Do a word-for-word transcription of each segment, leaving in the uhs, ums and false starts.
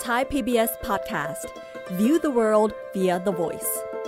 Thai พี บี เอส Podcast View the world via the voice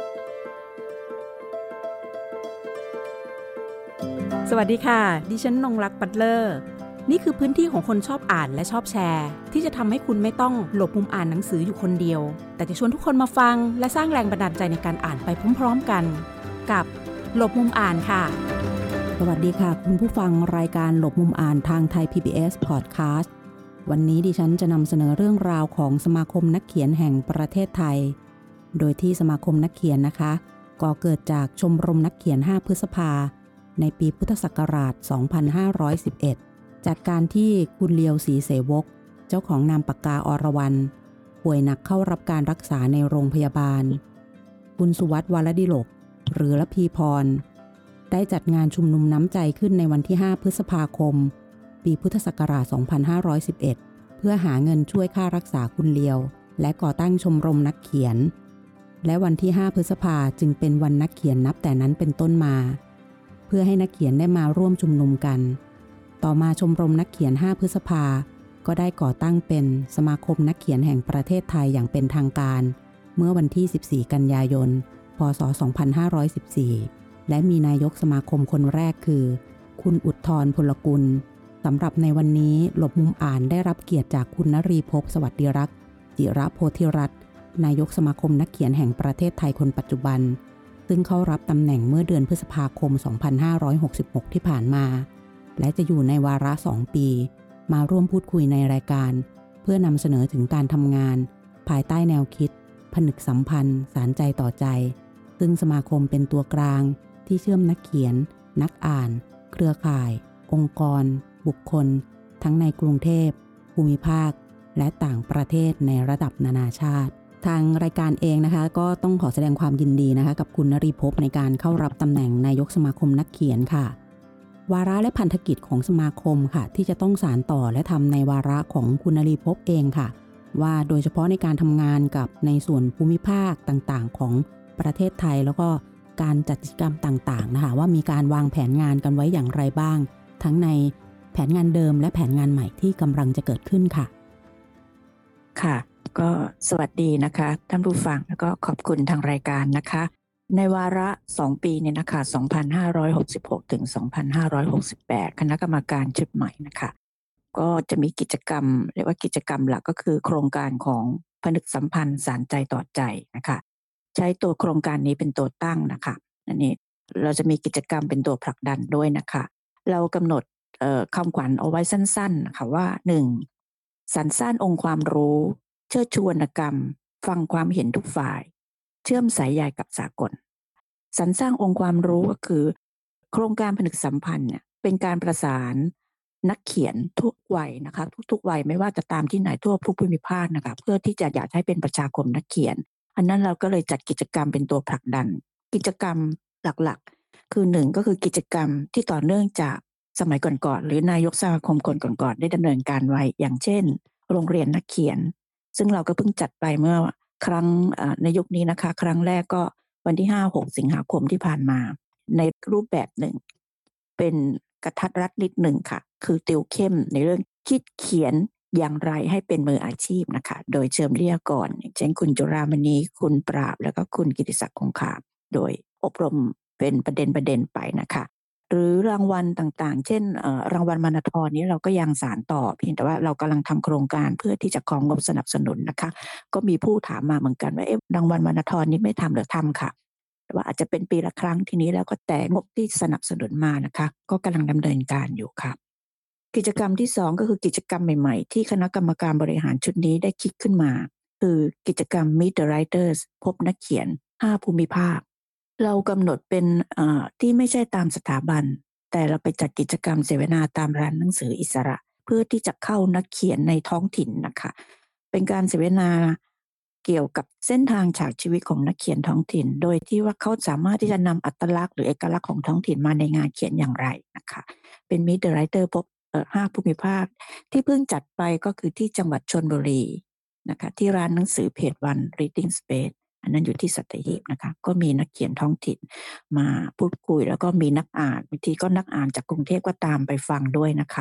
สวัสดีค่ะดิฉันนงรักปัตเลอร์นี่คือพื้นที่ของคนชอบอ่านและชอบแชร์ที่จะทำให้คุณไม่ต้องหลบมุมอ่านหนังสืออยู่คนเดียวแต่จะชวนทุกคนมาฟังและสร้างแรงบันดาลใจในการอ่านไปพร้อมๆกันกับหลบมุมอ่านค่ะสวัสดีค่ะคุณผู้ฟังรายการหลบมุมอ่านทางไทย พี บี เอส Podcast วันนี้ดิฉันจะนำเสนอเรื่องราวของสมาคมนักเขียนแห่งประเทศไทยโดยที่สมาคมนักเขียนนะคะก่อเกิดจากชมรมนักเขียนห้าพฤษภาในปีพุทธศักราชสองพันห้าร้อยสิบเอ็ดจากการที่คุณเลียวศรีเสวกเจ้าของนามปากกาอรวรรณป่วยหนักเข้ารับการรักษาในโรงพยาบาลคุณสุวัฒน์วรดิโลกหรือละพีพรได้จัดงานชุมนุมน้ำใจขึ้นในวันที่ห้าพฤษภาคมปีพุทธศักราชสองพันห้าร้อยสิบเอ็ดเพื่อหาเงินช่วยค่ารักษาคุณเลียวและก่อตั้งชมรมนักเขียนและวันที่ห้าพฤษภาจึงเป็นวันนักเขียนนับแต่นั้นเป็นต้นมาเพื่อให้นักเขียนได้มาร่วมชุมนุมกันต่อมาชมรมนักเขียนห้าพฤษภาก็ได้ก่อตั้งเป็นสมาคมนักเขียนแห่งประเทศไทยอย่างเป็นทางการเมื่อวันที่สิบสี่กันยายนพ.ศ. สองพันห้าร้อยสิบสี่และมีนายกสมาคมคนแรกคือคุณอุทธรพลกุลสำหรับในวันนี้หลบมุมอ่านได้รับเกียรติจากคุณนรีภพสวัสดิรักษ์จิระโพธิรัตน์นายกสมาคมนักเขียนแห่งประเทศไทยคนปัจจุบันซึ่งเข้ารับตำแหน่งเมื่อเดือนพฤษภาคมสองพันห้าร้อยหกสิบหกที่ผ่านมาและจะอยู่ในวาระสองปีมาร่วมพูดคุยในรายการเพื่อนำเสนอถึงการทำงานภายใต้แนวคิดผนึกสัมพันธ์สานใจต่อใจซึ่งสมาคมเป็นตัวกลางที่เชื่อมนักเขียนนักอ่านเครือข่ายองค์กรบุคคลทั้งในกรุงเทพภูมิภาคและต่างประเทศในระดับนานาชาติทางรายการเองนะคะก็ต้องขอแสดงความยินดีนะคะกับคุณนรีภพในการเข้ารับตำแหน่งนายกสมาคมนักเขียนค่ะวาระและพันธกิจของสมาคมค่ะที่จะต้องสานต่อและทำในวาระของคุณนรีภพเองค่ะว่าโดยเฉพาะในการทำงานกับในส่วนภูมิภาคต่างๆของประเทศไทยแล้วก็การจัดกิจกรรมต่างๆนะคะว่ามีการวางแผนงานกันไว้อย่างไรบ้างทั้งในแผนงานเดิมและแผนงานใหม่ที่กำลังจะเกิดขึ้นค่ะค่ะก็สวัสดีนะคะท่านผู้ฟังแล้วก็ขอบคุณทางรายการนะคะในวาระสองปีเนี่ยนะคะสองพันห้าร้อยหกสิบหกถึงสองพันห้าร้อยหกสิบแปดคณะกรรมการชุดใหม่นะคะก็จะมีกิจกรรมเรียกว่ากิจกรรมหลักก็คือโครงการของผนึกสัมพันธ์สานใจต่อใจนะคะใช้ตัวโครงการนี้เป็นตัวตั้งนะคะอันนี้เราจะมีกิจกรรมเป็นตัวผลักดันด้วยนะคะเรากำหนดคำขวัญเอาไว้สั้นๆนะคะว่าหนึ่งสรรสร้างองค์ความรู้เชิดชูวรรณกรรมฟังความเห็นทุกฝ่ายเชื่อมสายใยกับสากลสรรสร้างองค์ความรู้ก็คือโครงการผนึกสัมพันธ์เนี่ยเป็นการประสานนักเขียนทุกวัยนะคะทุกๆวัยไม่ว่าจะตามที่ไหนทั่วทุกภูมิภาคนะคะเพื่อที่จะอยากให้เป็นประชาคมนักเขียนอันนั้นเราก็เลยจัดกิจกรรมเป็นตัวผลักดันกิจกรรมหลักๆคือหนึ่งก็คือกิจกรรมที่ต่อเนื่องจากสมัยก่อนๆหรือนายกสมาคมคนก่อนๆได้ดำเนินการไว้อย่างเช่นโรงเรียนนักเขียนซึ่งเราก็เพิ่งจัดไปเมื่อครั้งในยุคนี้นะคะครั้งแรกก็วันที่ ห้าหก สิงหาคมที่ผ่านมาในรูปแบบหนึ่งเป็นกระทัดรัดนิดหนึ่งค่ะคือติวเข้มในเรื่องคิดเขียนอย่างไรให้เป็นมืออาชีพนะคะโดยเชิญวิทยากรอย่างเช่นคุณจุฬามณีคุณปราบแล้วก็คุณกิติศักดิ์คงคาโดยอบรมเป็นประเด็นประเด็นไปนะคะหรือรางวัลต่างๆเช่นรางวัลมาราธอนนี้เราก็ยังสานต่อเพียงแต่ว่าเรากำลังทำโครงการเพื่อที่จะของงบสนับสนุนนะคะก็มีผู้ถามมาเหมือนกันว่าเอ๊ะรางวัลมาราธอนนี้ไม่ทำหรือทำค่ะแต่ว่าอาจจะเป็นปีละครั้งทีนี้แล้วก็แต่งบที่สนับสนุนมานะคะก็กำลังดำเนินการอยู่ค่ะกิจกรรมที่สองก็คือกิจกรรมใหม่ๆที่คณะกรรมการบริหารชุดนี้ได้คิดขึ้นมาคือกิจกรรม Meet the Writers พบนักเขียนห้าภูมิภาคเรากำหนดเป็นที่ไม่ใช่ตามสถาบันแต่เราไปจัดกิจกรรมเสวนาตามร้านหนังสืออิสระเพื่อที่จะเข้านักเขียนในท้องถิ่นนะคะเป็นการเสวนาเกี่ยวกับเส้นทางฉากชีวิตของนักเขียนท้องถิ่นโดยที่ว่าเขาสามารถที่จะนำอัตลักษณ์หรือเอกลักษณ์ของท้องถิ่นมาในงานเขียนอย่างไรนะคะเป็น Meet the Writer พบห้าภูมิภาคที่เพิ่งจัดไปก็คือที่จังหวัดชลบุรีนะคะที่ร้านหนังสือเพจวัน Reading Space อันนั้นอยู่ที่สัตหีบนะคะก็มีนักเขียนท้องถิ่นมาพูดคุยแล้วก็มีนักอ่านบางทีก็นักอ่านจากกรุงเทพก็ตามไปฟังด้วยนะคะ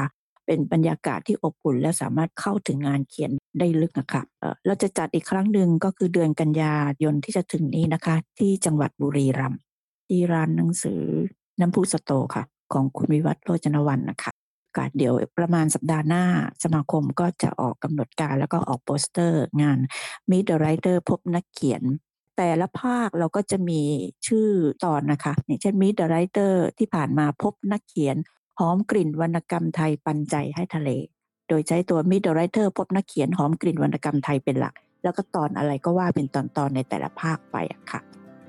เป็นบรรยากาศที่อบอุ่นและสามารถเข้าถึงงานเขียนได้ลึกนะคะเอ่อเราจะจัดอีกครั้งหนึ่งก็คือเดือนกันยายนที่จะถึงนี้นะคะที่จังหวัดบุรีรัมย์ที่ร้านหนังสือน้ำพุสโตร์ค่ะของคุณวิวัฒน์โรจนวรรณนะคะก็เดี๋ยวประมาณสัปดาห์หน้าสมาคมก็จะออกกำหนดการแล้วก็ออกโปสเตอร์งาน Meet the Writer พบนักเขียนแต่ละภาคเราก็จะมีชื่อตอนนะคะอย่างเช่น Meet the Writer ที่ผ่านมาพบนักเขียนหอมกลิ่นวรรณกรรมไทยปันใจให้ทะเลโดยใช้ตัว Meet the Writer พบนักเขียนหอมกลิ่นวรรณกรรมไทยเป็นหลักแล้วก็ตอนอะไรก็ว่าเป็นตอนๆในแต่ละภาคไปอะค่ะ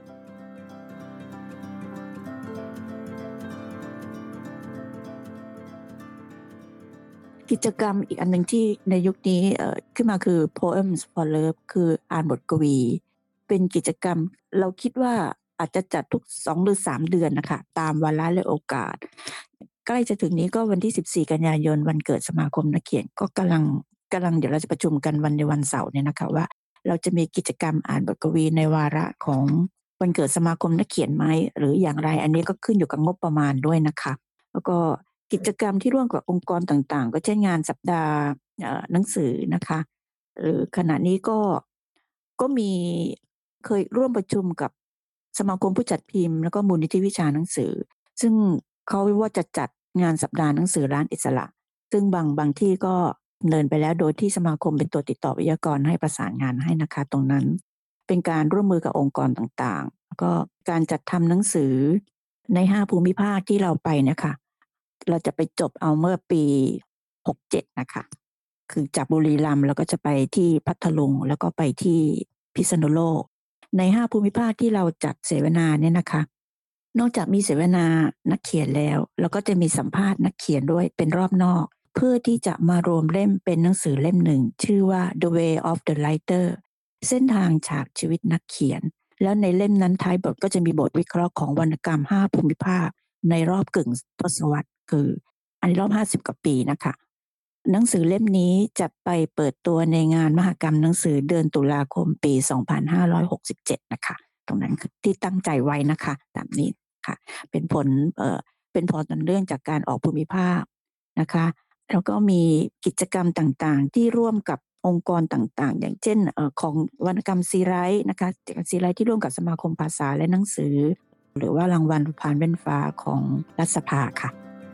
กิจกรรมอีกอันหนึ่งที่ในยุคนี้เอ่อขึ้นมาคือ Poems for Love คืออ่านบทกวีเป็นกิจกรรมเราคิดว่าอาจจะจัดทุกสองหรือสามเดือนนะคะตามวาระและโอกาสใกล้จะถึงนี้ก็วันที่สิบสี่กันยายนวันเกิดสมาคมนักเขียนก็กำลังกำลังเดี๋ยวเราจะประชุมกันวันในวันเสาร์เนี่ยนะคะว่าเราจะมีกิจกรรมอ่านบทกวีในวาระของวันเกิดสมาคมนักเขียนไหมหรืออย่างไรอันนี้ก็ขึ้นอยู่กับงบประมาณด้วยนะคะแล้วก็กิจกรรมที่ร่วมกับองค์กรต่างๆก็เช่นงานสัปดาห์หนังสือนะคะหรือขณะนี้ก็ก็มีเคยร่วมประชุมกับสมาคมผู้จัดพิมพ์แล้วก็มูลนิธิวิชาหนังสือซึ่งเขาว่าจะจัดงานสัปดาห์หนังสือร้านอิสระซึ่งบางบางที่ก็เดินไปแล้วโดยที่สมาคมเป็นตัวติดต่อวิทยากรให้ประสานงานให้นะคะตรงนั้นเป็นการร่วมมือกับองค์กรต่างๆแล้วก็การจัดทำหนังสือในห้าภูมิภาคที่เราไปนะคะเราจะไปจบเอาเมื่อปีหกสิบเจ็ดนะคะคือจากบุรีรัมย์แล้วก็จะไปที่พัทลุงแล้วก็ไปที่พิษณุโลกในห้าภูมิภาคที่เราจัดเสวนาเนี่ยนะคะนอกจากมีเสวนานักเขียนแล้วเราก็จะมีสัมภาษณ์นักเขียนด้วยเป็นรอบนอกเพื่อที่จะมารวมเล่มเป็นหนังสือเล่มหนึ่งชื่อว่า The Way of the Writer เส้นทางฉากชีวิตนักเขียนแล้วในเล่มนั้นท้ายบทก็จะมีบทวิเคราะห์ของวรรณกรรมห้าภูมิภาคในรอบกึ่งทศวรรษคืออันนี้รอบห้าสิบกว่าปีนะคะหนังสือเล่มนี้จะไปเปิดตัวในงานมหกรรมหนังสือเดือนตุลาคมปีสองพันห้าร้อยหกสิบเจ็ดนะคะตรงนั้นที่ตั้งใจไว้นะคะตามนี้ค่ะเป็นผลเอ่อเป็นผลเรื่องจากการออกภูมิภาคนะคะแล้วก็มีกิจกรรมต่างๆที่ร่วมกับองค์กรต่างๆอย่างเช่นเอ่อของวรรณกรรมซีไรต์นะคะซีไรต์ที่ร่วมกับสมาคมภาษาและหนังสือหรือว่ารางวัลผ่านแว่นฟ้าของรัฐสภาค่ะ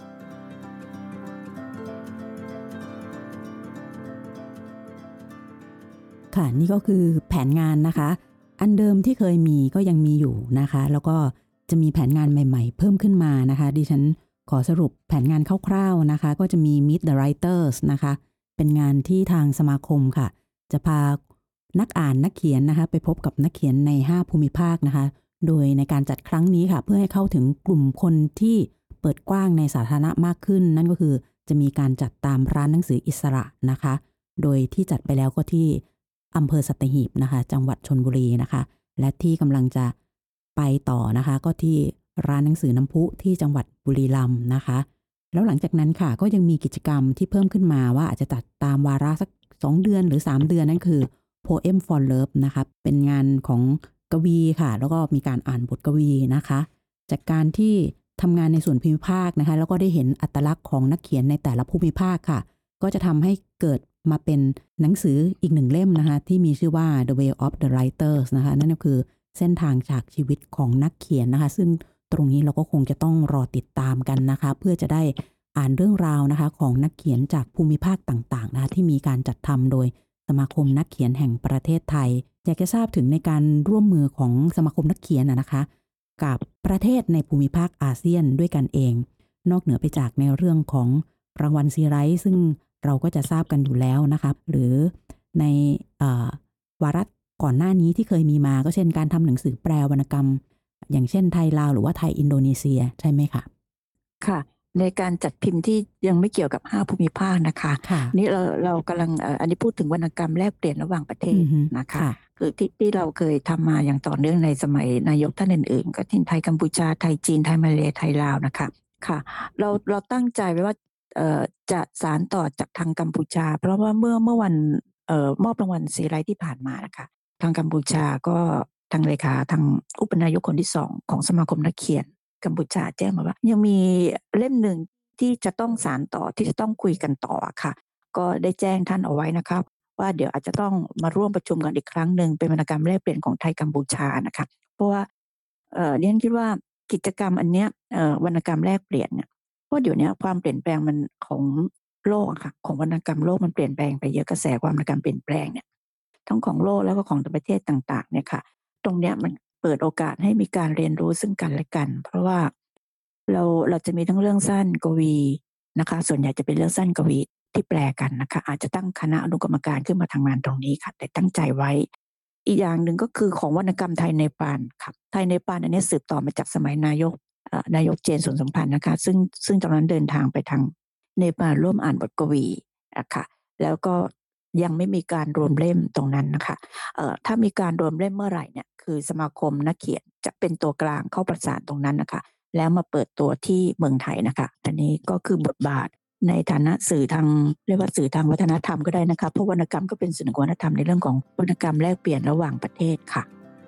ค่ะนี่ก็คือแผนงานนะคะอันเดิมที่เคยมีก็ยังมีอยู่นะคะแล้วก็จะมีแผนงานใหม่ๆเพิ่มขึ้นมานะคะดิฉันขอสรุปแผนงานคร่าวๆนะคะก็จะมี Meet the Writers นะคะเป็นงานที่ทางสมาคมค่ะจะพานักอ่านนักเขียนนะคะไปพบกับนักเขียนในห้าภูมิภาคนะคะโดยในการจัดครั้งนี้ค่ะเพื่อให้เข้าถึงกลุ่มคนที่เปิดกว้างในสาธารณะมากขึ้นนั่นก็คือจะมีการจัดตามร้านหนังสืออิสระนะคะโดยที่จัดไปแล้วก็ที่อำเภอสัตหีบนะคะจังหวัดชลบุรีนะคะและที่กำลังจะไปต่อนะคะก็ที่ร้านหนังสือน้ำพุที่จังหวัดบุรีรัมย์นะคะแล้วหลังจากนั้นค่ะก็ยังมีกิจกรรมที่เพิ่มขึ้นมาว่าอาจจะจัดตามวาระสักสองเดือนหรือสามเดือนนั่นคือ Poem for Love นะคะเป็นงานของกวีค่ะแล้วก็มีการอ่านบทกวีนะคะจากการที่ทำงานในส่วนภูมิภาคนะคะแล้วก็ได้เห็นอัตลักษณ์ของนักเขียนในแต่ละภูมิภาคค่ะก็จะทำให้เกิดมาเป็นหนังสืออีกหนึ่งเล่มนะคะที่มีชื่อว่า The Way of the Writers นะคะนั่นก็คือเส้นทางฉากชีวิตของนักเขียนนะคะซึ่งตรงนี้เราก็คงจะต้องรอติดตามกันนะคะเพื่อจะได้อ่านเรื่องราวนะคะของนักเขียนจากภูมิภาคต่างๆนะคะที่มีการจัดทำโดยสมาคมนักเขียนแห่งประเทศไทยอยากจะทราบถึงในการร่วมมือของสมาคมนักเขียนนะคะกับประเทศในภูมิภาคอาเซียนด้วยกันเองนอกเหนือไปจากในเรื่องของรางวัลซีไรต์ซึ่งเราก็จะทราบกันอยู่แล้วนะคะหรือในวาระก่อนหน้านี้ที่เคยมีมาก็เช่นการทำหนังสือแปลวรรณกรรมอย่างเช่นไทยลาวหรือว่าไทยอินโดนีเซียใช่ไหมคะค่ะในการจัดพิมพ์ที่ยังไม่เกี่ยวกับห้าภูมิภาคนะคะนี่เราเรากำลังอันนี้พูดถึงวรรณกรรมแลกเปลี่ยนระหว่างประเทศนะคะคือที่ที่เราเคยทำมาอย่างต่อเนื่องในสมัยนายกท่านอื่นๆก็ที่ไทยกัมพูชาไทยจีนไทยมาเลไทยลาวนะคะค่ะเราเราตั้งใจไว้ว่าจะสานต่อจากทางกัมพูชาเพราะว่าเมื่อเมื่อวันเอ่อมอบรางวัลซีไรต์ที่ผ่านมานะคะทางกัมพูชาก็ทางเลขาทางอุปนายกคนที่สองของสมาคมนักเขียนกัมพูชาแจ้งมาว่ายังมีเล่มหนึ่งที่จะต้องสานต่อที่จะต้องคุยกันต่อค่ะก็ได้แจ้งท่านเอาไว้นะครับว่าเดี๋ยวอาจจะต้องมาร่วมประชุมกันอีกครั้งหนึ่งเป็นวรรณกรรมแลกเปลี่ยนของไทยกัมพูชานะคะเพราะว่าเอ่อดิฉันคิดว่ากิจกรรมอันเนี้ยเอ่อวรรณกรรมแลกเปลี่ยนเนี่ยเพราะเดี๋ยวนี้ความเปลี่ยนแปลงมันของโลกอะค่ะของวรรณกรรมโลกมันเปลี่ยนแปลงไปเยอะกระแสความวรรณกรรมเปลี่ยนแปลงเนี่ยทั้งของโลกแล้วก็ของประเทศต่างๆเนี่ยค่ะตรงเนี้ยมันเปิดโอกาสให้มีการเรียนรู้ซึ่งกันและกันเพราะว่าเราเราจะมีทั้งเรื่องสั้นกวีนะคะส่วนใหญ่จะเป็นเรื่องสั้นกวีที่แปลกันนะคะอาจจะตั้งคณะอนุกรรมการขึ้นมาทำงานตรงนี้ค่ะแต่ตั้งใจไว้อีกอย่างหนึ่งก็คือของวรรณกรรมไทยเนปาลค่ะไทยเนปาลอันนี้สืบต่อมาจากสมัยนายกนายกเจนสุนทรพันธ์นะคะซึ่งซึ่งตอนนั้นเดินทางไปทางเนปาลร่วมอ่านบทกวีนะคะแล้วก็ยังไม่มีการรวมเล่มตรงนั้นนะคะเอ่อถ้ามีการรวมเล่มเมื่อไหร่เนี่ยคือสมาคมนักเขียนจะเป็นตัวกลางเข้าประสานตรงนั้นนะคะแล้วมาเปิดตัวที่เมืองไทยนะคะอันนี้ก็คือบทบาทในฐานะสื่อทางเรียกว่าสื่อทางวัฒนธรรมก็ได้นะคะเพราะวรรณกรรมก็เป็นสื่อของวัฒนธรรมในเรื่องของวรรณกรรมแลกเปลี่ยนระหว่างประเทศค่ะ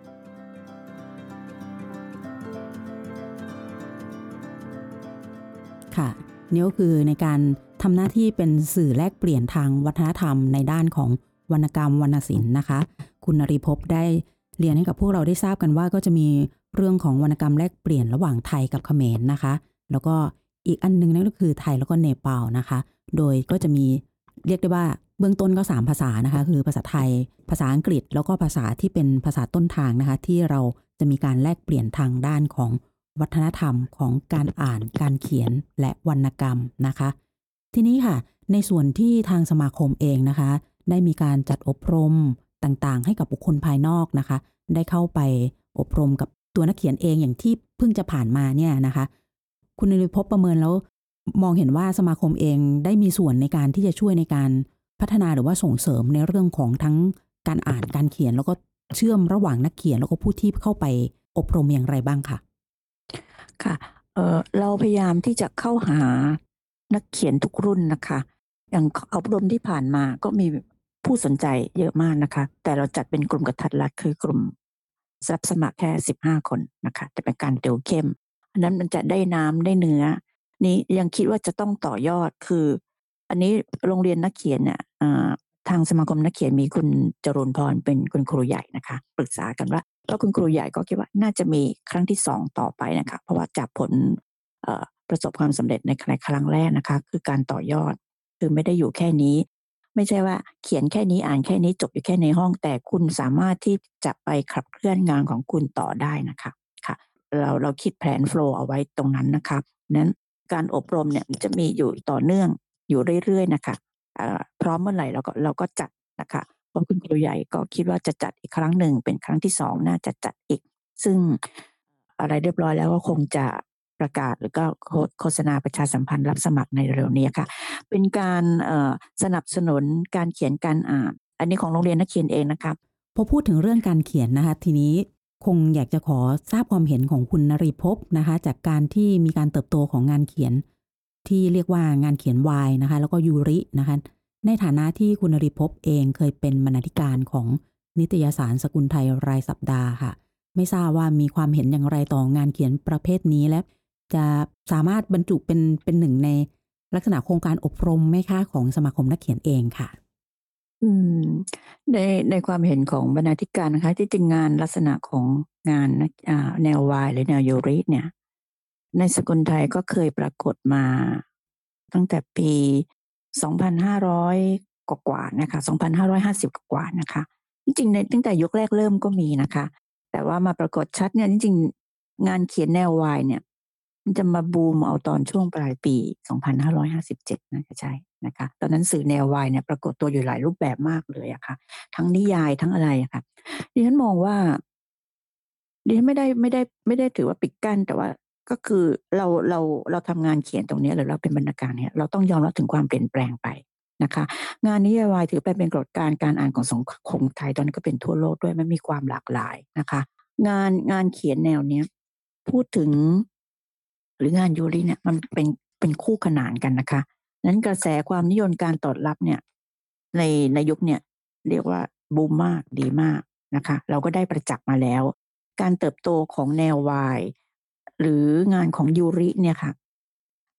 ค่ะนี่ก็คือในการทำหน้าที่เป็นสื่อแลกเปลี่ยนทางวัฒนธรรมในด้านของวรรณกรรมวรรณศิลป์นะคะคุณนฤภพได้เรียนให้กับพวกเราได้ทราบกันว่าก็จะมีเรื่องของวรรณกรรมแลกเปลี่ยนระหว่างไทยกับเขมรนะคะแล้วก็อีกอันนึงนั่นก็คือไทยแล้วก็เนปาลนะคะโดยก็จะมีเรียกได้ว่าเบื้องต้นก็สามภาษานะคะคือภาษาไทยภาษาอังกฤษแล้วก็ภาษาที่เป็นภาษาต้นทางนะคะที่เราจะมีการแลกเปลี่ยนทางด้านของวัฒนธรรมของการอ่านการเขียนและวรรณกรรมนะคะทีนี้ค่ะในส่วนที่ทางสมาคมเองนะคะได้มีการจัดอบรมต่างๆให้กับบุคคลภายนอกนะคะได้เข้าไปอบรมกับตัวนักเขียนเองอย่างที่เพิ่งจะผ่านมาเนี่ยนะคะคุณนฤภพประเมินแล้วมองเห็นว่าสมาคมเองได้มีส่วนในการที่จะช่วยในการพัฒนาหรือว่าส่งเสริมในเรื่องของทั้งการอ่านการเขียนแล้วก็เชื่อมระหว่างนักเขียนแล้วก็ผู้ที่เข้าไปอบรมอย่างไรบ้างคะค่ะเอ่อเราพยายามที่จะเข้าหานักเขียนทุกรุ่นนะคะอย่างอบรมที่ผ่านมาก็มีผู้สนใจเยอะมากนะคะแต่เราจัดเป็นกลุ่มกระทัดรัดคือกลุ่มรับสมัครแค่สิบห้าคนนะคะจะเป็นการติวเข้มอันนั้นมันจะได้น้ำได้เนื้อนี้ยังคิดว่าจะต้องต่อยอดคืออันนี้โรงเรียนนักเขียนเนี่ยทางสมาคมนักเขียนมีคุณจรูนพรเป็นคุณครูใหญ่นะคะปรึกษากันว่าแล้วคุณครูใหญ่ก็คิดว่าน่าจะมีครั้งที่สองต่อไปนะคะเพราะว่าจากผลประสบความสำเร็จในครั้งแรกนะคะคือการต่อยอดคือไม่ได้อยู่แค่นี้ไม่ใช่ว่าเขียนแค่นี้อ่านแค่นี้จบอยู่แค่ในห้องแต่คุณสามารถที่จะไปขับเคลื่อนงานของคุณต่อได้นะคะค่ะเราเราคิดแผนโฟลว์เอาไว้ตรงนั้นนะคะนั้นการอบรมเนี่ยจะมีอยู่ต่อเนื่องอยู่เรื่อยๆนะคะพร้อมเมื่อไหร่เราก็เราก็จัดนะคะเพราะคุณครูใหญ่ก็คิดว่าจะจัดอีกครั้งหนึ่งเป็นครั้งที่สองน่าจะจัดอีกซึ่งอะไรเรียบร้อยแล้วก็คงจะประกาศหรือก็โฆษณาประชาสัมพันธ์รับสมัครในเร็วนี้ค่ะเป็นการสนับสนุนการเขียนการอ่านอันนี้ของโรงเรียนนักเขียนเองนะครับพอพูดถึงเรื่องการเขียนนะคะทีนี้คงอยากจะขอทราบความเห็นของคุณนฤภพนะคะจากการที่มีการเติบโตของงานเขียนที่เรียกว่างานเขียนวายนะคะแล้วก็ยูรินะคะในฐานะที่คุณนฤภพเองเคยเป็นบรรณาธิการของนิตยสารสกุลไทยรายสัปดาห์ค่ะไม่ทราบว่ามีความเห็นอย่างไรต่องานเขียนประเภทนี้และจะสามารถบรรจุเป็นเป็นหนึ่งในลักษณะโครงการอบรมไหมคะของสมาคมนักเขียนเองค่ะอืมในในความเห็นของบรรณาธิการนะคะที่จริงงานลักษณะของงานแนววายหรือแนวยูริเนี่ยในสกุลไทยก็เคยปรากฏมาตั้งแต่ปีสองพันห้าร้อยกว่าๆนะคะสองพันห้าร้อยห้าสิบกว่าๆนะคะจริงๆในตั้งแต่ยุคแรกเริ่มก็มีนะคะแต่ว่ามาปรากฏชัดเนี่ยจริงๆงานเขียนแนววายเนี่ยมันจะมาบูมเอาตอนช่วงปลายปีสองพันห้าร้อยห้าสิบเจ็ดน่าจะใช่นะคะตอนนั้นสื่อแนววายเนี่ยปรากฏตัวอยู่หลายรูปแบบมากเลยอะค่ะทั้งนิยายทั้งอะไรอะค่ะดิฉันมองว่าดิฉันไม่ได้ไม่ได้ไม่ได้ถือว่าปิดกั้นแต่ว่าก็คือเราเราเราทำงานเขียนตรงนี้หรือเราเป็นบรรณาการเนี่ยเราต้องยอมรับถึงความเปลี่ยนแปลงไปนะคะงานนิยายวายถือไปเป็นกฎการการอ่านของสังคมไทยตอนนี้ก็เป็นทั่วโลกด้วยมันมีความหลากหลายนะคะงานงานเขียนแนวเนี้ยพูดถึงหรืองานยูริเนี่ยมันเป็นเป็นคู่ขนานกันนะคะนั้นกระแสความนิยมการตอบรับเนี่ยในในยุคเนี่ยเรียกว่าบูมมากดีมากนะคะเราก็ได้ประจักษ์มาแล้วการเติบโตของแนววายหรืองานของยูริเนี่ยค่ะ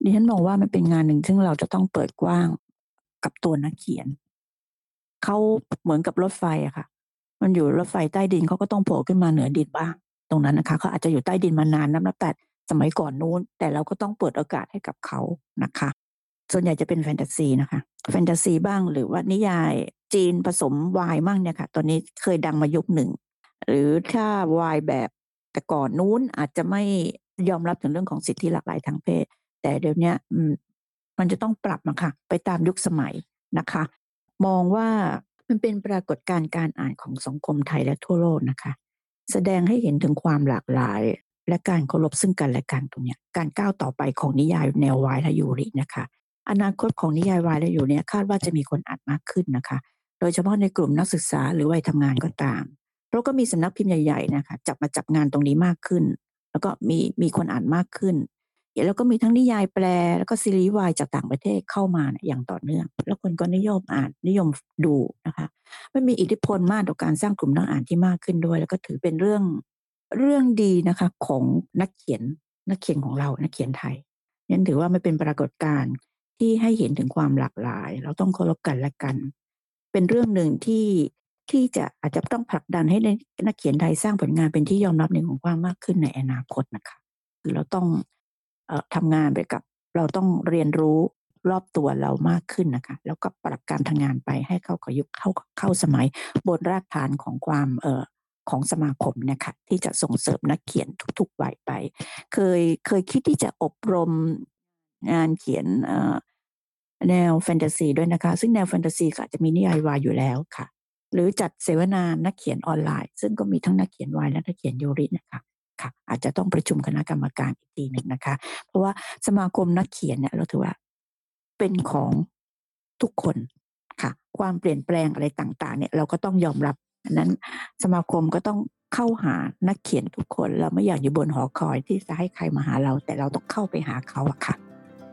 ดิฉันมองว่ามันเป็นงานหนึ่งซึ่งเราจะต้องเปิดกว้างกับตัวนักเขียนเขาเหมือนกับรถไฟอะค่ะมันอยู่รถไฟใต้ดินเขาก็ต้องโผล่ขึ้นมาเหนือดินบ้างตรงนั้นนะคะเขาอาจจะอยู่ใต้ดินมานานนับแต่สมัยก่อนนู้นแต่เราก็ต้องเปิดโอกาสให้กับเขานะคะส่วนใหญ่จะเป็นแฟนตาซีนะคะแฟนตาซีบ้างหรือว่านิยายจีนผสมวายมั่งเนี่ยค่ะตอนนี้เคยดังมายุคหนึ่งหรือถ้าวายแบบแต่ก่อนนู้นอาจจะไม่ยอมรับถึงเรื่องของสิทธิหลากหลายทางเพศแต่เดี๋ยวนี้มันจะต้องปรับมาค่ะไปตามยุคสมัยนะคะมองว่ามันเป็นปรากฏการณ์การอ่านของสังคมไทยและทั่วโลกนะคะแสดงให้เห็นถึงความหลากหลายและการเคารพซึ่งกันและกันตรงเนี้ยการก้าวต่อไปของนิยายแนววายและยูรินะคะอนาคตของนิยายวายและยูริคาดว่าจะมีคนอ่านมากขึ้นนะคะโดยเฉพาะในกลุ่มนักศึกษาหรือวัยทำงานก็ตามเพราะก็มีสำนักพิมพ์ใหญ่ๆนะคะจับมาจับงานตรงนี้มากขึ้นแล้วก็มีมีคนอ่านมากขึ้นแล้วก็มีทั้งนิยายแปลแล้วก็ซีรีส์วายจากต่างประเทศเข้ามาอย่างต่อเนื่องแล้วคนก็นิยมอ่านนิยมดูนะคะมันมีอิทธิพลมากต่อการสร้างกลุ่มนักอ่านที่มากขึ้นด้วยแล้วก็ถือเป็นเรื่องเรื่องดีนะคะของนักเขียนนักเขียนของเรานักเขียนไทยนั่นถือว่ามันเป็นปรากฏการณ์ที่ให้เห็นถึงความหลากหลายเราต้องเคารพกันและกันเป็นเรื่องหนึ่งที่ที่จะอาจจะต้องผลักดันให้นักเขียนไทยสร้างผลงานเป็นที่ยอมรับในวงกว้างมากขึ้นในอนาคตนะคะคือเราต้องเอ่อทำงานไปกับเราต้องเรียนรู้รอบตัวเรามากขึ้นนะคะแล้วก็ปรับการทำงานไปให้เข้ากับยุคเข้าเข้าสมัยบนรากฐานของความเอ่อของสมาคมนะคะที่จะส่งเสริมนักเขียนทุกๆวัยไปเคยเคยคิดที่จะอบรมงานเขียนแนวแฟนตาซีด้วยนะคะซึ่งแนวแฟนตาซีก็จะมีนิยายวายอยู่แล้วค่ะหรือจัดเสวนานักเขียนออนไลน์ซึ่งก็มีทั้งนักเขียนวายและนักเขียนยูรินะคะค่ะอาจจะต้องประชุมคณะกรรมการอีกทีหนึ่งนะคะเพราะว่าสมาคมนักเขียนเนี่ยเราถือว่าเป็นของทุกคนค่ะความเปลี่ยนแปลงอะไรต่างๆเนี่ยเราก็ต้องยอมรับนั้นสมาคมก็ต้องเข้าหานักเขียนทุกคนเราไม่อยากอยู่บนหอคอยที่จะให้ใครมาหาเราแต่เราต้องเข้าไปหาเขาอะค่ะ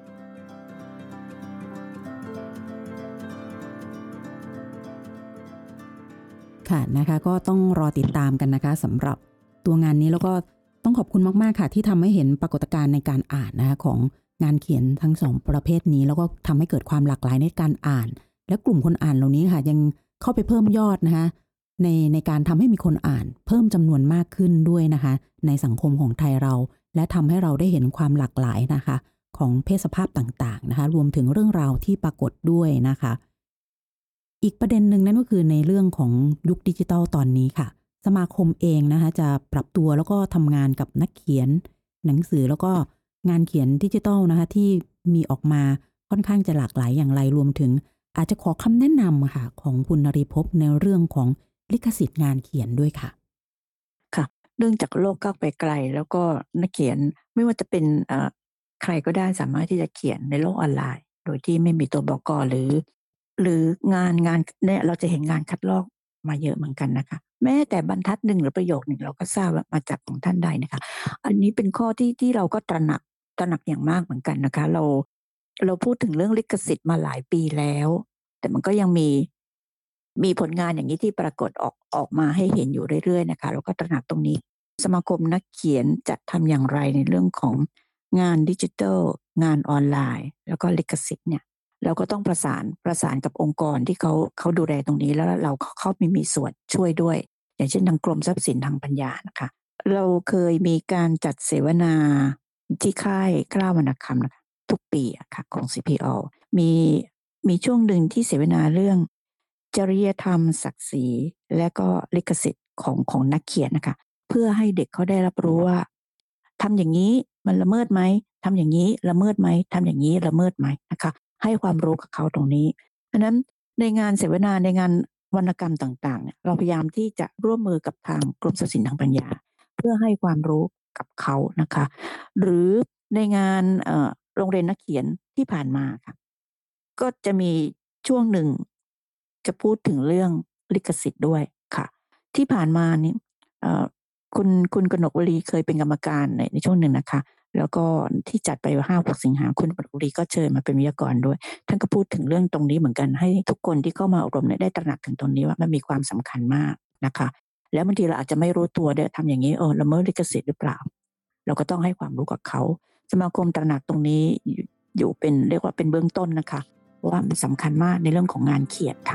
ค่ะนะคะก็ต้องรอติดตามกันนะคะสำหรับตัวงานนี้แล้วก็ต้องขอบคุณมากๆค่ะที่ทำให้เห็นปรากฏการณ์ในการอ่านนะคะของงานเขียนทั้งสองประเภทนี้แล้วก็ทำให้เกิดความหลากหลายในการอ่านและกลุ่มคนอ่านเหล่านี้ค่ะยังเข้าไปเพิ่มยอดนะคะในในการทำให้มีคนอ่านเพิ่มจำนวนมากขึ้นด้วยนะคะในสังคมของไทยเราและทำให้เราได้เห็นความหลากหลายนะคะของเพศสภาพต่างๆนะคะรวมถึงเรื่องราวที่ปรากฏด้วยนะคะอีกประเด็นหนึ่งนั่นก็คือในเรื่องของยุคดิจิทัลตอนนี้ค่ะสมาคมเองนะคะจะปรับตัวแล้วก็ทำงานกับนักเขียนหนังสือแล้วก็งานเขียนดิจิทัลนะคะที่มีออกมาค่อนข้างจะหลากหลายอย่างไรรวมถึงอาจจะขอคำแนะนำค่ะของคุณนฤภพในเรื่องของลิขสิทธิ์งานเขียนด้วยค่ะค่ะเนื่องจากโลกก้าวไปไกลแล้วก็นักเขียนไม่ว่าจะเป็นใครก็ได้สามารถที่จะเขียนในโลกออนไลน์โดยที่ไม่มีตัวบก.หรือหรืองานงานเนี่ยเราจะเห็นงานคัดลอกมาเยอะเหมือนกันนะคะแม้แต่บรรทัดหนึ่งหรือประโยคหนึ่งเราก็ทราบว่ามาจากของท่านใดนะคะอันนี้เป็นข้อที่ที่เราก็ตระหนักตระหนักอย่างมากเหมือนกันนะคะเราเราพูดถึงเรื่องลิขสิทธิ์มาหลายปีแล้วแต่มันก็ยังมีมีผลงานอย่างนี้ที่ปรากฏออกออกมาให้เห็นอยู่เรื่อยๆนะคะเราก็ตระหนักตรงนี้สมาคมนักเขียนจะทำอย่างไรในเรื่องของงานดิจิทัลงานออนไลน์แล้วก็ลิขสิทธิ์เนี่ยเราก็ต้องประสานประสานกับองค์กรที่เขาเขาดูแลตรงนี้แล้วเราเขาไม่มีส่วนช่วยด้วยอย่างเช่นทางกรมทรัพย์สินทางปัญญานะคะเราเคยมีการจัดเสวนาที่ค่ายกล้าวรรณคำนะคะทุกปีอะค่ะของ ซี พี แอล มีมีช่วงหนึ่งที่เสวนาเรื่องจริยธรรมศักดิ์ศรีและก็ลิขสิทธิ์ของของนักเขียนนะคะเพื่อให้เด็กเขาได้รับรู้ว่าทำอย่างนี้มันละเมิดไหมทำอย่างนี้ละเมิดไหมทำอย่างนี้ละเมิดไหมนะคะให้ความรู้กับเขาตรงนี้เพราะนั้นในงานเสวนาในงานวรรณกรรมต่างๆเนี่ยเราพยายามที่จะร่วมมือกับทางกรมทรัพย์สินทางปัญญาเพื่อให้ความรู้กับเขานะคะหรือในงานโรงเรียนนักเขียนที่ผ่านมาค่ะก็จะมีช่วงหนึ่งจะพูดถึงเรื่องลิขสิทธิ์ด้วยค่ะที่ผ่านมานี้คุณคุณกนกวลีเคยเป็นกรรมการในในช่วงหนึ่งนะคะแล้วก็ที่จัดไปห้าหกสิงหาคุณกนกวลีก็เชิญมาเป็นวิทยากรด้วยท่านก็พูดถึงเรื่องตรงนี้เหมือนกันให้ทุกคนที่เข้ามาอบรมเนี่ยได้ตระหนักถึงตรงนี้ว่ามันมีความสำคัญมากนะคะแล้วบางทีเราอาจจะไม่รู้ตัวด้วยทำอย่างนี้เออละเมิดลิขสิทธิ์หรือเปล่าเราก็ต้องให้ความรู้กับเขาสมาคมตระหนักตรงนี้อยู่เป็นเรียกว่าเป็นเบื้องต้นนะคะเพราะว่ามันสำคัญมากในเรื่องของงานเขียนค่ะ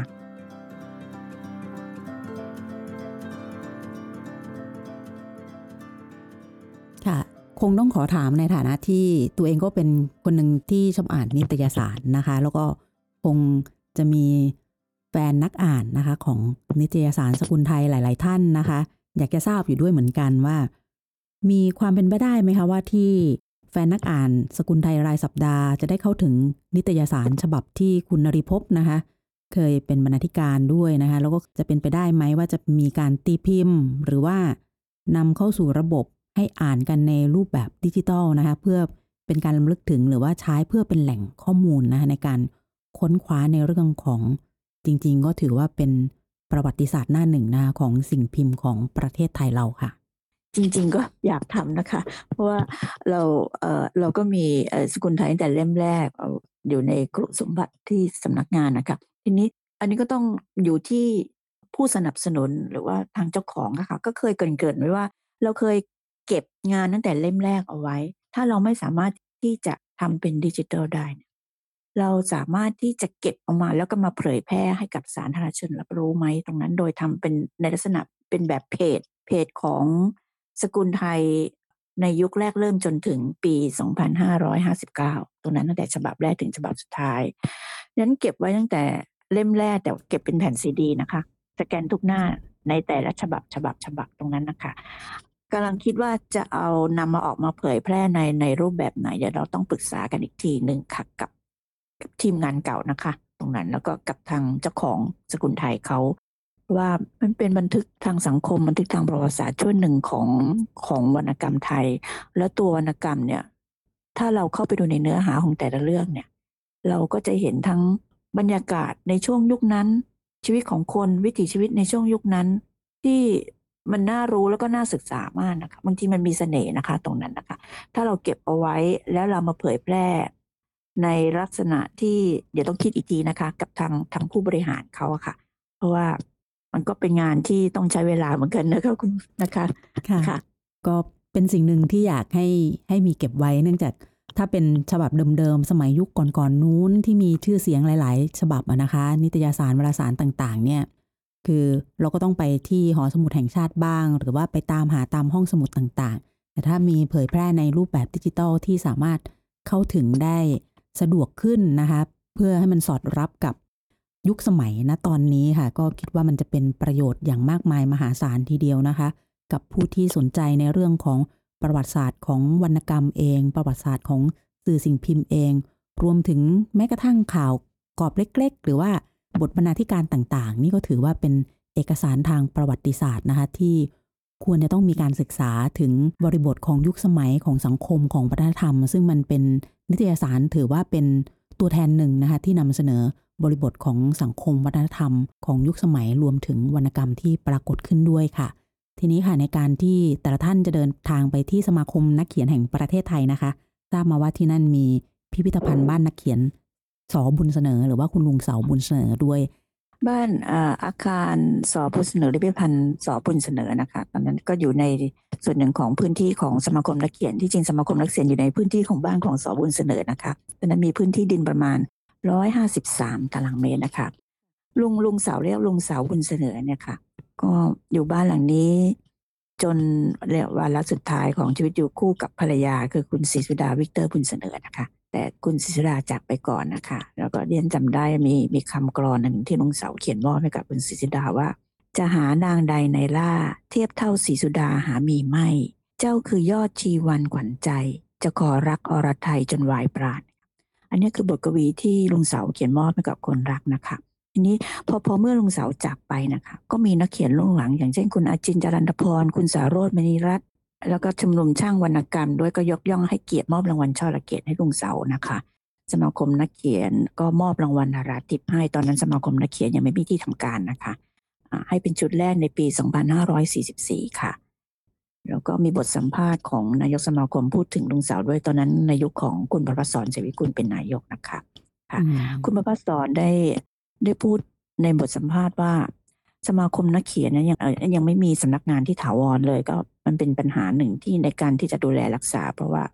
ค่ะคงต้องขอถามในฐานะที่ตัวเองก็เป็นคนหนึ่งที่ชอบอ่านนิตยสารนะคะแล้วก็คงจะมีแฟนนักอ่านนะคะของนิตยสารสกุลไทยหลายๆท่านนะคะอยากจะทราบอยู่ด้วยเหมือนกันว่ามีความเป็นไปได้ไหมคะว่าที่แฟนนักอ่านสกุลไทยรายสัปดาห์จะได้เข้าถึงนิตยสารฉบับที่คุณนฤภพนะคะเคยเป็นบรรณาธิการด้วยนะคะแล้วก็จะเป็นไปได้ไหมว่าจะมีการตีพิมพ์หรือว่านำเข้าสู่ระบบให้อ่านกันในรูปแบบดิจิทัลนะคะเพื่อเป็นการรำลึกถึงหรือว่าใช้เพื่อเป็นแหล่งข้อมูลนะคะในการค้นคว้าในเรื่องของจริงๆก็ถือว่าเป็นประวัติศาสตร์หน้าหนึ่งนะคะของสิ่งพิมพ์ของประเทศไทยเราค่ะจริงๆก็อยากทำนะคะเพราะว่าเราเอ่อเราก็มีเอ่อสกุลไทยตั้งแต่เล่มแรกเอาอยู่ในกรุสมบัติที่สำนักงานนะคะทีนี้อันนี้ก็ต้องอยู่ที่ผู้สนับสนุนหรือว่าทางเจ้าของนะคะก็เคยเกริ่นๆไว้ว่าเราเคยเก็บงานตั้งแต่เล่มแรกเอาไว้ถ้าเราไม่สามารถที่จะทำเป็นดิจิทัลได้เราสามารถที่จะเก็บออกมาแล้วก็มาเผยแพร่ให้กับสาธารณชนรับรู้ไหมตรงนั้นโดยทำเป็นในลักษณะเป็นแบบเพจเพจของสกุลไทยในยุคแรกเริ่มจนถึงปีสองพันห้าร้อยห้าสิบเก้าตรงนั้นตั้งแต่ฉบับแรกถึงฉบับสุดท้ายนั้นเก็บไว้ตั้งแต่เล่มแรกแต่เก็บเป็นแผ่นซีดีนะคะสแกนทุกหน้าในแต่ละฉบับฉบับฉบับตรงนั้นนะคะกำลังคิดว่าจะเอานำมาออกมาเผยแพร่ในในรูปแบบไหนเดี๋ยวเราต้องปรึกษากันอีกทีหนึ่งค่ะกับกับทีมงานเก่านะคะตรงนั้นแล้วก็กับทางเจ้าของสกุลไทยเขาว่ามันเป็นบันทึกทางสังคมบันทึกทางประวัติศาสตร์ช่วงหนึ่งของของวรรณกรรมไทยแล้วตัววรรณกรรมเนี่ยถ้าเราเข้าไปดูในเนื้อหาของแต่ละเรื่องเนี่ยเราก็จะเห็นทั้งบรรยากาศในช่วงยุคนั้นชีวิตของคนวิถีชีวิตในช่วงยุคนั้นที่มันน่ารู้แล้วก็น่าศึกษามากนะคะบางทีมันมีเสน่ห์นะคะตรงนั้นนะคะถ้าเราเก็บเอาไว้แล้วเรามาเผยแพร่ในลักษณะที่เดี๋ยวต้องคิดอีกทีนะคะกับทางทางผู้บริหารเขาอะค่ะเพราะว่ามันก็เป็นงานที่ต้องใช้เวลาเหมือนกันนะคะคุณนะคะค่ะก็เป็นสิ่งหนึ่งที่อยากให้ให้มีเก็บไว้เนื่องจากถ้าเป็นฉบับเดิมๆสมัยยุคก่อนๆนู้นที่มีชื่อเสียงหลายๆฉบับอะนะคะนิตยสารวารสารต่างๆเนี่ยคือเราก็ต้องไปที่หอสมุดแห่งชาติบ้างหรือว่าไปตามหาตามห้องสมุดต่างๆแต่ถ้ามีเผยแพร่ในรูปแบบดิจิทัลที่สามารถเข้าถึงได้สะดวกขึ้นนะคะเพื่อให้มันสอดรับกับยุคสมัยณตอนนี้ค่ะก็คิดว่ามันจะเป็นประโยชน์อย่างมากมายมหาศาลทีเดียวนะคะกับผู้ที่สนใจในเรื่องของประวัติศาสตร์ของวรรณกรรมเองประวัติศาสตร์ของสื่อสิ่งพิมพ์เองรวมถึงแม้กระทั่งข่าวกอบเล็กๆหรือว่าบทบรรณาธิการต่างๆนี่ก็ถือว่าเป็นเอกสารทางประวัติศาสตร์นะคะที่ควรจะต้องมีการศึกษาถึงบริบทของยุคสมัยของสังคมของวัฒนธรรมซึ่งมันเป็นนิตยสารถือว่าเป็นตัวแทนหนึ่งนะคะที่นำเสนอบริบทของสังคมวัฒนธรรมของยุคสมัยรวมถึงวรรณกรรมที่ปรากฏขึ้นด้วยค่ะทีนี้ค่ะในการที่แต่ละท่านจะเดินทางไปที่สมาคมนักเขียนแห่งประเทศไทยนะคะทราบมาว่าที่นั่นมีพิพิธภัณฑ์บ้านนักเขียนสอบุญเสนอหรือว่าคุณลุงเสาบุญเสนอด้วยบ้านอาคารสอบุญเสนอพิพิธภัณฑ์สอบุญเสนอนะคะตอนนั้นก็อยู่ในส่วนหนึ่งของพื้นที่ของสมาคมนักเขียนที่จริงสมาคมนักเขียนอยู่ในพื้นที่ของบ้านของสอบุญเสนอนะคะตอนนั้นมีพื้นที่ดินประมาณหนึ่งร้อยห้าสิบสามตารางเมตรนะคะลุงลุงเสาเรียกลุงเสาบุญเสนอเนี่ยค่ะก็อยู่บ้านหลังนี้จนเรียกวาระสุดท้ายของชีวิตอยู่คู่กับภรรยาคือคุณศรีสุดาวิกเตอร์บุญเสนอนะคะแต่คุณศรีสุดาจากไปก่อนนะคะแล้วก็เรียนจำได้มีมีคำกลอนหนึ่งที่ลุงเสาเขียนมอบให้กับคุณศรีสุดาว่าจะหานางใดในล่าเทียบเท่าศรีสุดาหามีไม่เจ้าคือยอดชีวันขวัญใจจะขอรักอรไทยจนวายปราณอันนี้คือบทกวีที่ลุงเสาเขียนมอบให้กับคนรักนะคะทีนี้พอพอเมื่อลุงเสาจากไปนะคะก็มีนักเขียนรุ่นหลังอย่างเช่นคุณอาจินจรัญพรคุณสาโรจน์มณีรัตน์แล้วก็ชมรมช่างวรรณกรรมด้วยก็ยกย่องให้เกียรติมอบรางวัลช่อระเกียรติให้ลุงเสานะคะสมาคมนักเขียนก็มอบรางวัลนาราธิปให้ตอนนั้นสมาคมนักเขียนยังไม่มีที่ทำการนะคะให้เป็นชุดแรกในปีสองพันห้าร้อยสี่สิบสี่ค่ะแล้วก็มีบทสัมภาษณ์ของนายกสมาคมพูดถึงลุงเสาด้วยตอนนั้นในยุคของคุณประภัสสรเสวิกุลเป็นนายกนะคะค่ะคุณประภัสสรได้ได้พูดในบทสัมภาษณ์ว่าสมาคมนักเขียนเนี่ยยังยังไม่มีสำนักงานที่ถาวรเลยก็มันเป็นปัญหาหนึ่งที่ในการที่จะดูแลรักษาเพราะว่า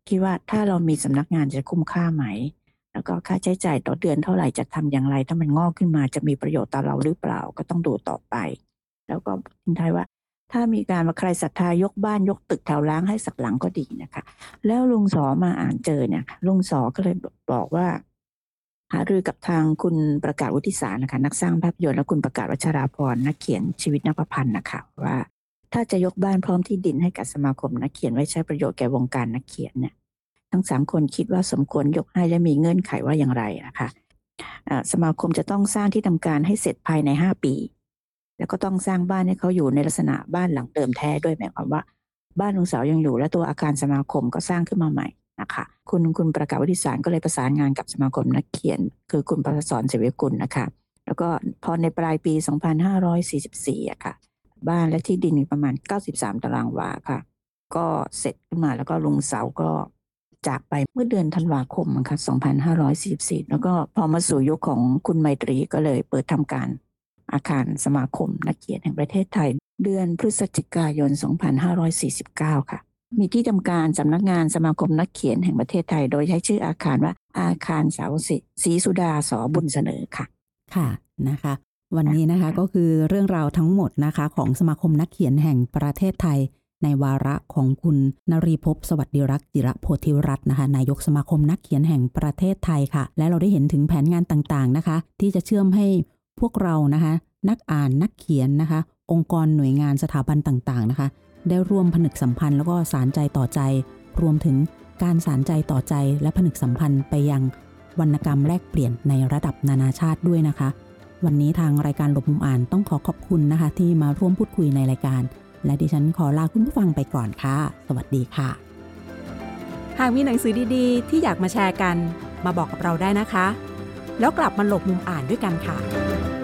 คิดว่าถ้าเรามีสำนักงานจะคุ้มค่าไหมแล้วก็ค่าใช้จ่ายต่อเดือนเท่าไหร่จะทำอย่างไรถ้ามันงอกขึ้นมาจะมีประโยชน์ต่อเราหรือเปล่าก็ต้องดูต่อไปแล้วก็ทิ้งท้ายว่าถ้ามีการมาใครศรัทธายกบ้านยกตึกแถวล้างให้สักหลังก็ดีนะคะแล้วลุงสอมาอ่านเจอเนี่ยลุงสอก็เลยบอกว่าหารือกับทางคุณประกาศวุฒิสารนะคะนักสร้างภาพยนตร์และคุณประกาศวัชราพรนักเขียนชีวิตนักประพันธ์นะคะว่าถ้าจะยกบ้านพร้อมที่ดินให้กับสมาคมนักเขียนไว้ใช้ประโยชน์แก่วงการนักเขียนเนี่ยทั้งสามคนคิดว่าสมควรยกให้และมีเงื่อนไขว่าอย่างไรนะคะสมาคมจะต้องสร้างที่ทำการให้เสร็จภายในห้าปีแล้วก็ต้องสร้างบ้านให้เขาอยู่ในลักษณะบ้านหลังเดิมแท้ด้วยหมายความว่าบ้านลุงเสายังอยู่และตัวอาคารสมาคมก็สร้างขึ้นมาใหม่นะคะคุณคุณประกาศวุฒิสารก็เลยประสานงานกับสมาคมนักเขียนคือคุณประสรเสวีกุลนะคะแล้วก็พอในปลายปีสองพันห้าร้อยสี่สิบสี่อะค่ะบ้านและที่ดินประมาณเก้าสิบสามตารางวาค่ะก็เสร็จขึ้นมาแล้วก็ลุงเสาก็จากไปเมื่อเดือนธันวาคมค่ะสองพันห้าร้อยสี่สิบสี่แล้วก็พอมาสู่ยุคของคุณไมตรีก็เลยเปิดทำการอาคารสมาคมนักเขียนแห่งประเทศไทยเดือนพฤศจิกายนสองพันห้าร้อยสี่สิบเก้าค่ะมีที่ทำการสำนักงานสมาคมนักเขียนแห่งประเทศไทยโดยใช้ชื่ออาคารว่าอาคารเสาศรีสุดาสบุญเสนอค่ะค่ะนะคะวันนี้นะคะก็คือเรื่องราวทั้งหมดนะคะของสมาคมนักเขียนแห่งประเทศไทยในวาระของคุณนรีภพสวัสดิรักษ์จิระโพธิรัตน์นะคะนายกสมาคมนักเขียนแห่งประเทศไทยค่ะและเราได้เห็นถึงแผนงานต่างๆนะคะที่จะเชื่อมให้พวกเรานะคะนักอ่านนักเขียนนะคะองค์กรหน่วยงานสถาบันต่างๆนะคะได้ร่วมผนึกสัมพันธ์แล้วก็สานใจต่อใจรวมถึงการสานใจต่อใจและผนึกสัมพันธ์ไปยังวรรณกรรมแลกเปลี่ยนในระดับนานาชาติด้วยนะคะวันนี้ทางรายการหลบมุมอ่านต้องขอขอบคุณนะคะที่มาร่วมพูดคุยในรายการและดิฉันขอลาคุณผู้ฟังไปก่อนค่ะสวัสดีค่ะหากมีหนังสือดีๆที่อยากมาแชร์กันมาบอกกับเราได้นะคะแล้วกลับมาหลบมุมอ่านด้วยกันค่ะ